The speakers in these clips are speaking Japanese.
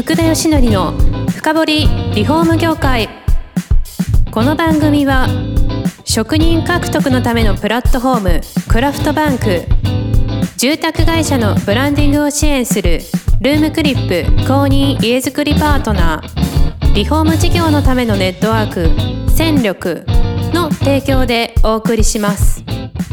福田義則の深掘りリフォーム業界。この番組は職人獲得のためのプラットフォームクラフトバンク、住宅会社のブランディングを支援するルームクリップ公認家づくりパートナー、リフォーム事業のためのネットワーク戦力の提供でお送りします。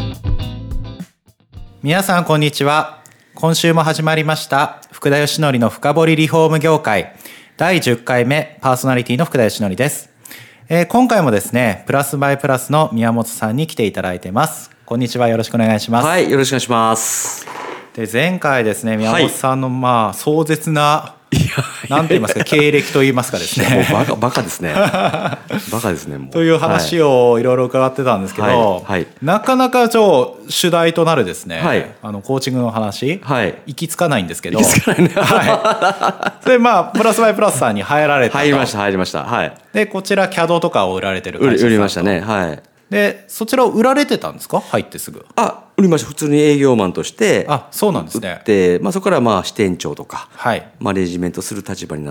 皆さんこんにちは。今週も始まりました福田義則の深掘りリフォーム業界第10回目、パーソナリティの福田義則です。今回もですね、プラスバイプラスの宮本さんに来ていただいてます。こんにちは、よろしくお願いします。 はい、よろしくお願いします。 で、前回ですね、宮本さんの壮絶な、なんて言いますか、経歴と言いますかですね、 もうバカですねバカですね、もうという話をいろいろ伺ってたんですけど、なかなか主題となるですね、コーチングの話、行き着かないんですけど、それプラスバイプラスさんに入られたと。入りました。で、こちら CAD とかを売られてる会社さんと。 売りましたね。 で、そちらを売られてたんですか？入ってすぐ。 売りました。普通に営業マンとしてそうなんですね。 売って、そこから支店長とか、マネジメントする立場になって、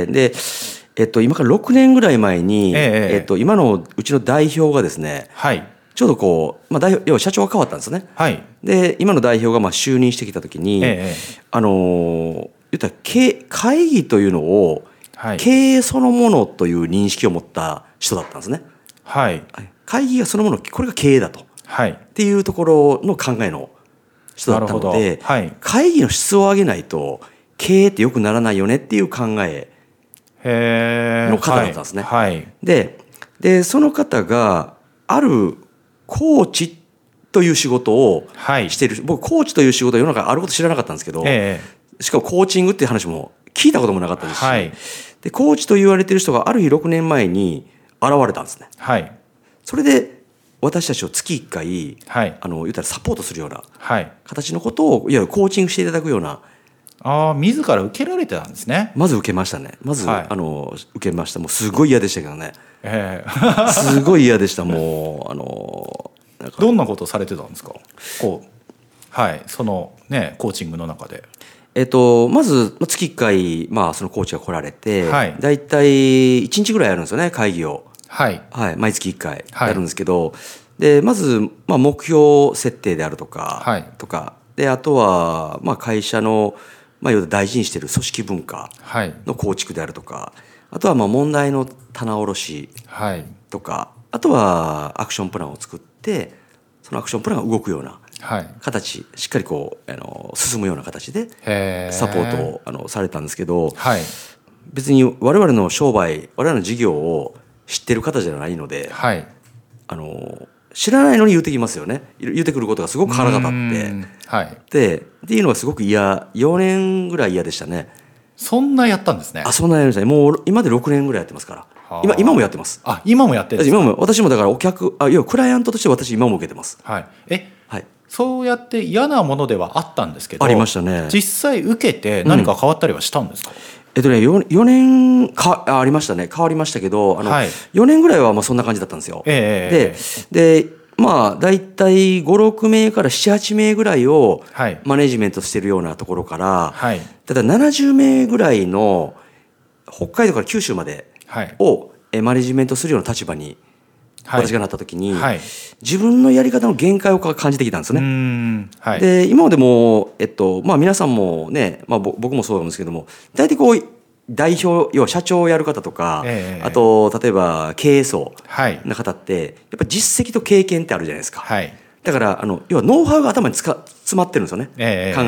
で、今から6年ぐらい前に、今のうちの代表がですね、ちょうど要は社長が変わったんですね。で、今の代表が就任してきた時に、言ったら会議というのを、経営そのものという認識を持った人だったんですね。会議がそのもの、これが経営だと、っていうところの考えの人だったので、会議の質を上げないと経営って良くならないよねっていう考えの方だったんですね。でその方があるコーチという仕事をしている、僕コーチという仕事が世の中あること知らなかったんですけど、しかもコーチングっていう話も聞いたこともなかったですし、でコーチと言われている人がある日6年前に現れたんですね。それで私たちを月1回、言ったらサポートするような形のことを、いわゆるコーチングしていただくような。 自ら受けられてたんですね。 まず受けましたね。受けました。もうすごい嫌でしたけどね。すごい嫌でした。もうどんなことをされてたんですか？そのね、コーチングの中で。 まず月1回、そのコーチが来られて、だいたい1日ぐらいやるんですよね、会議を。毎月1回やるんですけど、でまず、目標設定であるとか、であとは、会社の、要は大事にしている組織文化の構築であるとか、あとは問題の棚卸しとか、あとはアクションプランを作って、そのアクションプランが動くような形、しっかり進むような形でサポートをされたんですけど、別に我々の商売、我々の事業を知ってる方じゃないので、知らないのに言うてきますよね。言うてくることがすごく腹が立って、っていうのがすごく嫌。4年ぐらい嫌でしたね。 そんなやったんですね。 そんなやりましたね。もう今で6年ぐらいやってますから。今もやってます。 今もやってるんですか？ 今も。私もだから要はクライアントとして私今も受けてます。 そうやって嫌なものではあったんですけど、 ありましたね。 実際受けて何か変わったりはしたんですか ？4年ありましたね。変わりましたけど、4年ぐらいはそんな感じだったんですよ。でだいたい5、6名から7、8名ぐらいをマネジメントしてるようなところから、ただ70名ぐらいの北海道から九州までをマネジメントするような立場に私がなった時に、自分のやり方の限界を感じてきたんですよね。で今までも、皆さんもね、僕もそうなんですけども、大体代表、要は社長をやる方とか、あと例えば経営層の方って、やっぱり実績と経験ってあるじゃないですか。だから要はノウハウが頭に詰まってるんですよね。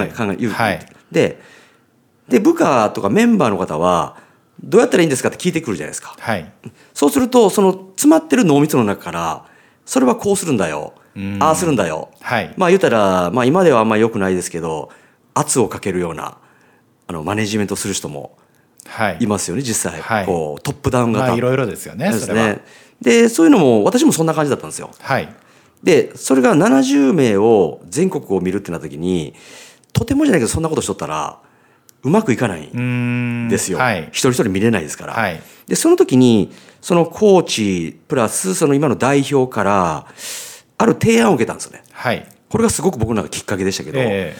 で部下とかメンバーの方はどうやったらいいんですかって聞いてくるじゃないですか。そうするとその詰まってる濃密の中からそれはこうするんだよ、ああするんだよ、言ったら、今ではあんまり良くないですけど圧をかけるようなマネジメントする人もいますよね、実際。トップダウン型、 いろいろですよね、それは。 でそういうのも私もそんな感じだったんですよ。でそれが70名を全国を見るってなった時に、とてもじゃないけどそんなことしとったらうまくいかないんですよ。一人一人見れないですから。でその時にそのコーチプラスその今の代表からある提案を受けたんですよね。これがすごく僕なんかきっかけでしたけど、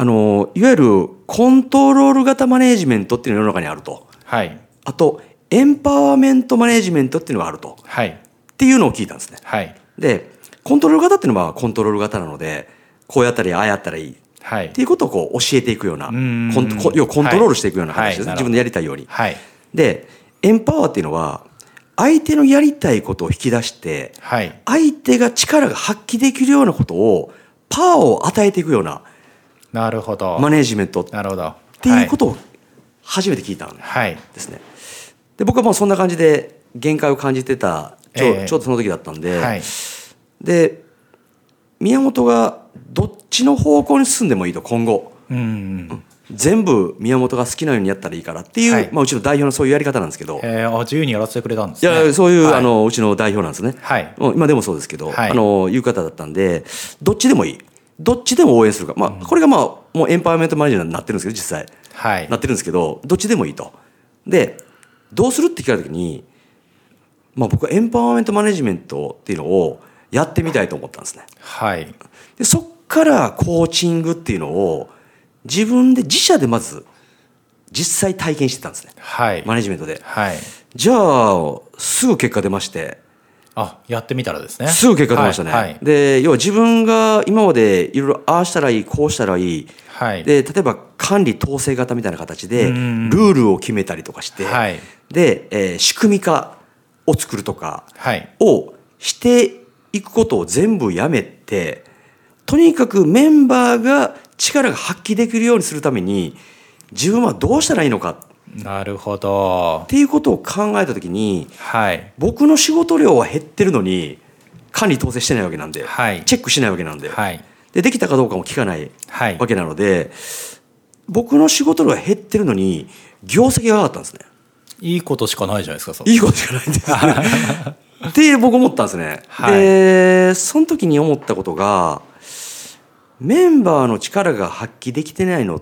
わゆるコントロール型マネジメントっていうのが世の中にあると。 はい。 あと、エンパワーメントマネジメントっていうのがあると。 はい。 っていうのを聞いたんですね。 はい。 で、コントロール型っていうのはコントロール型なので、こうやったらいい、ああやったらいい。はい。っていうことをこう教えていくような、要はコントロールしていくような形ですね。自分でやりたいように。 はい。 で、エンパワーっていうのは、相手のやりたいことを引き出して、はい、相手が力が発揮できるようなことを、パワーを与えていくような、 なるほど。 マネジメント。 なるほど。 っていうことを初めて聞いたんですね。で、僕はもうそんな感じで限界を感じてた、ちょうどその時だったんで、はい、で、宮本がどっちの方向に進んでもいいと、今後。全部宮本が好きなようにやったらいいからっていう、はい、うちの代表のそういうやり方なんですけど、 自由にやらせてくれたんですね。 いや、そういう、はい、うちの代表なんですね。 はい、 今でもそうですけど、 はい、 いう方だったんで、どっちでもいい。どっちでも応援するか。これがもうエンパワーメントマネージャーになってるんですけど、実際。 はい、 なってるんですけど、どっちでもいいと。で、どうするって聞かれた時に、僕はエンパワーメントマネジメントっていうのをやってみたいと思ったんですね。 はい。 で、そっからコーチングっていうのを自分で自社でまず実際体験してたんですね。 はい。 マネジメントで。 はい。 じゃあ、すぐ結果出まして。 やってみたらですね。 すぐ結果出ましたね。はいはい、で、要は自分が今までいろいろああしたらいい、こうしたらいい。はい、で、例えば管理統制型みたいな形で、ルールを決めたりとかして、はい、で、仕組み化を作るとかをしていくことを全部やめて、とにかくメンバーが力が発揮できるようにするために、自分はどうしたらいいのか。 なるほど。 っていうことを考えたときに、 はい、 僕の仕事量は減ってるのに、管理統制してないわけなんで、 はい、 チェックしないわけなんで、 はい、 できたかどうかも聞かないわけなので、僕の仕事量が減ってるのに、業績が上がったんですね。 いいことしかないじゃないですか、そいいことしかないんですね。って僕思ったんですね。はい、で、その時に思ったことが、メンバーの力が発揮できてないのって、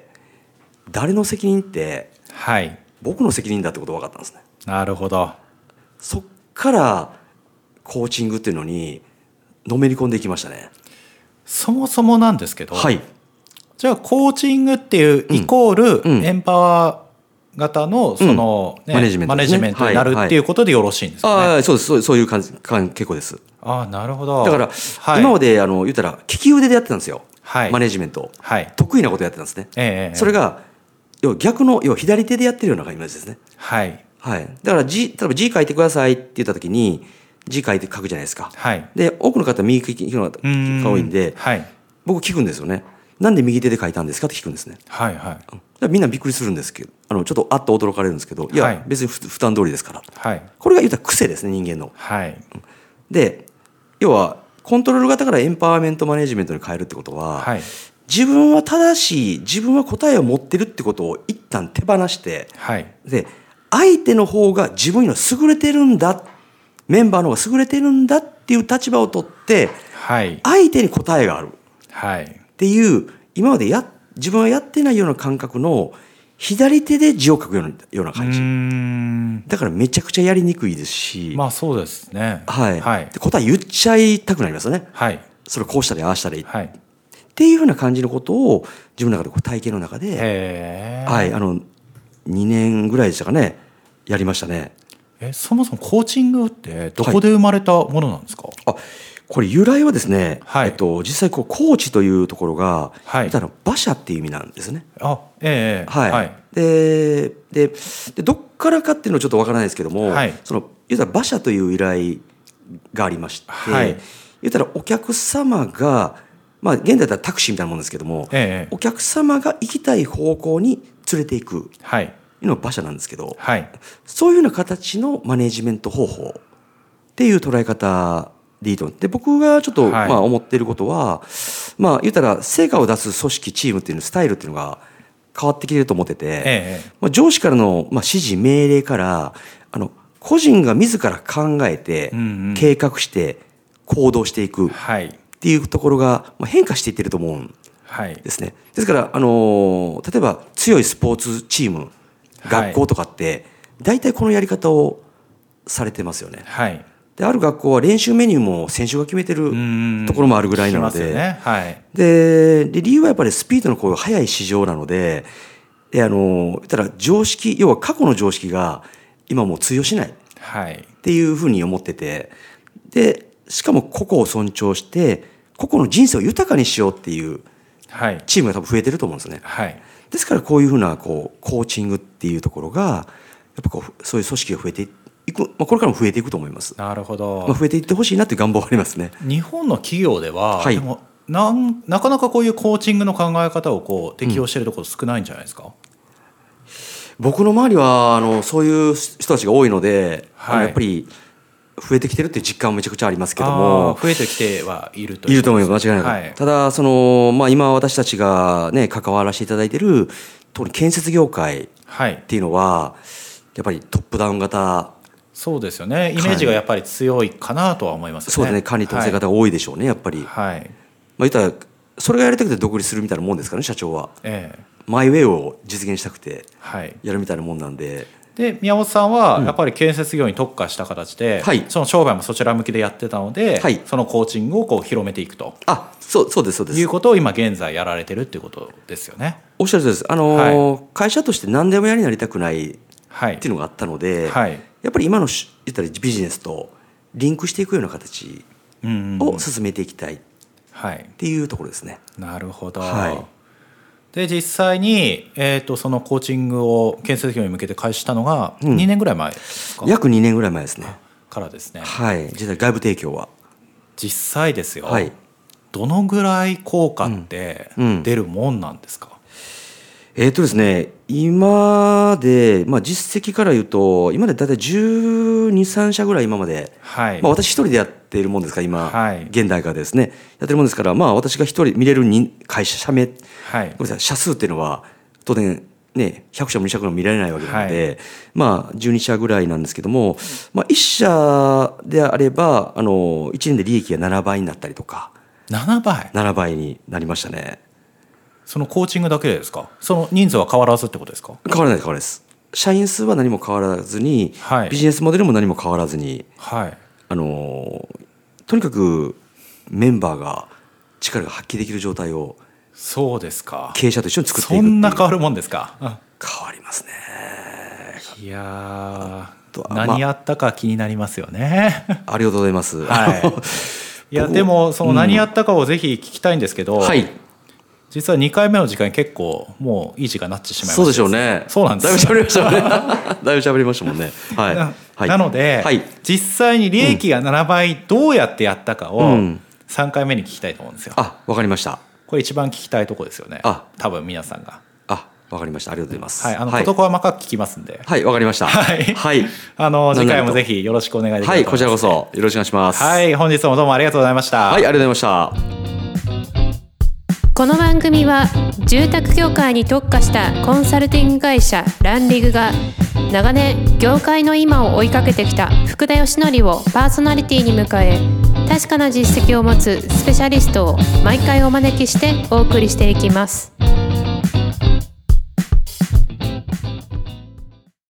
誰の責任って、 はい、 僕の責任だってことが分かったんですね。 なるほど。 そっからコーチングっていうのにのめり込んでいきましたね。 そもそもなんですけど、 はい、 じゃあコーチングっていうイコール、エンパワー型のその、 マネジメントになるっていうことでよろしいんですかね。 そうです。そういう感じ結構です。 なるほど。 だから、今まで言ったら利き腕でやってたんですよ。はい、マネジメント、はい、得意なことやってたんですね。それが要は左手でやってるような感じですね。 はい。 はい。だから例えば字書いてくださいって言ったときに、字書くじゃないですか。はい。で、多くの方は右利きの方が多いんで、はい、僕聞くんですよね。なんで右手で書いたんですかって聞くんですね。 はいはい。 みんなびっくりするんですけど、ちょっとあっと驚かれるんですけど、いや、別に負担通りですから。はい。これが言ったら癖ですね、人間の。 はい。 で、要は、コントロール型からエンパワーメントマネジメントに変えるってことは、はい、自分は正しい、自分は答えを持ってるってことを一旦手放して、はい、で、相手の方が自分より優れてるんだ、メンバーの方が優れてるんだっていう立場を取って、はい、相手に答えがある、はい、っていう、今まで自分はやってないような感覚の左手で字を書くような感じ。だからめちゃくちゃやりにくいですし。 まあそうですね。 はい。はい、で答え言っちゃいたくなりますよね。はい。それこうしたらああしたらいい。はい。っていうふうな感じのことを自分の中で体験の中で、はい、2年ぐらいでしたかね、やりましたね。 そもそもコーチングってどこで生まれたものなんですか？ はい、これ由来はですね、はい、実際コーチというところが、はい、馬車っていう意味なんですね。 はい。 はい、でどっからかっていうのはちょっとわからないですけども、はい、言ったら馬車という由来がありまして、はい、言ったらお客様が現在だったらタクシーみたいなもんですけども、お客様が行きたい方向に連れていく、はい、いうのが馬車なんですけど、はい、そういうような形のマネジメント方法っていう捉え方でいいと思って、僕がちょっと思っていることは、言ったら成果を出す組織チームっていうのスタイルっていうのが変わってきてると思ってて、上司からの指示命令から個人が自ら考えて計画して行動していくっていうところが変化していってると思うんですね。ですから例えば強いスポーツチーム、学校とかって大体このやり方をされてますよね。はい、 である学校は練習メニューも選手が決めてるところもあるぐらいなので、 ね、はい、 で理由はやっぱりスピードのこう速い市場なので、言ったら常識、要は過去の常識が今もう通用しないっていうふうに思ってて、でしかも個々を尊重して個々の人生を豊かにしようっていうチームが多分増えてると思うんですね、はい、ですからこういうふうなコーチングっていうところがやっぱそういう組織が増えていく、これからも増えていくと思います。 なるほど、 増えていってほしいなっていう願望がありますね。 日本の企業では、はい、でもなかなかこういうコーチングの考え方を適用しているところ少ないんじゃないですか？ 僕の周りはそういう人たちが多いので、はい、やっぱり増えてきてるっていう実感はめちゃくちゃありますけども、 増えてきてはいるといると思います。間違いなく、はい、ただ今私たちがね関わらせていただいている特に建設業界っていうのは、やっぱりトップダウン型、 そうですよね、イメージがやっぱり強いかなとは思いますね。 そうですね、管理統制型が多いでしょうね、やっぱり、はい、言ったらそれがやりたくて独立するみたいなもんですからね、社長は、マイウェイを実現したくてやるみたいなもんなんで、 で宮本さんはやっぱり建設業に特化した形で、その商売もそちら向きでやってたので、そのコーチングを広めていくと、 そうですいうことを今現在やられてるっていうことですよね。 おっしゃるとおりです。会社として何でもやりになりたくないっていうのがあったので、やっぱり今の言ったらビジネスとリンクしていくような形を進めていきたいっていうところですね。 なるほど、で実際に、そのコーチングを建設業に向けて開始したのが2年ぐらい前ですか？ 約2年ぐらい前ですね。 からですね。 はい、実際外部提供は実際ですよ、どのぐらい効果って出るもんなんですか？ ですね、今で、実績から言うと今でだいたい12、13社ぐらい今まで、私一人でやっているもんですから今、現代からですねやってるもんですから、私が一人見れる会社名、社数っていうのは当然ね100社も2社ぐらい見られないわけなので、12社ぐらいなんですけども、1社であれば1年で利益が7倍になったりとか。7倍になりましたね。 そのコーチングだけですか？その人数は変わらずってことですか？ 変わらないです。社員数は何も変わらずに、ビジネスモデルも何も変わらずに、とにかくメンバーが力が発揮できる状態を、 そうですか、 経営者と一緒に作っていくっていう。 そんな変わるもんですか？ 変わりますね。 いや何やったか気になりますよね。 ありがとうございます。 いやでもその何やったかをぜひ聞きたいんですけど、実は2回目の時間に結構もういい時間になってしまいました。 そうでしょうね。 そうなんです。 だいぶ喋りましたもんね。だいぶ喋りましたもんね。 なので、実際に利益が7倍どうやってやったかを3回目に聞きたいと思うんですよ。 わかりました。 これ一番聞きたいところですよね。多分皆さんが。 わかりました。ありがとうございます。 事細かく聞きますんで。 わかりました。次回もぜひよろしくお願いできます。 こちらこそよろしくお願いします。 本日もどうもありがとうございました。 ありがとうございました。 この番組は住宅業界に特化したコンサルティング会社ランリグが長年業界の今を追いかけてきた福田義則をパーソナリティに迎え、確かな実績を持つスペシャリストを毎回お招きしてお送りしていきます。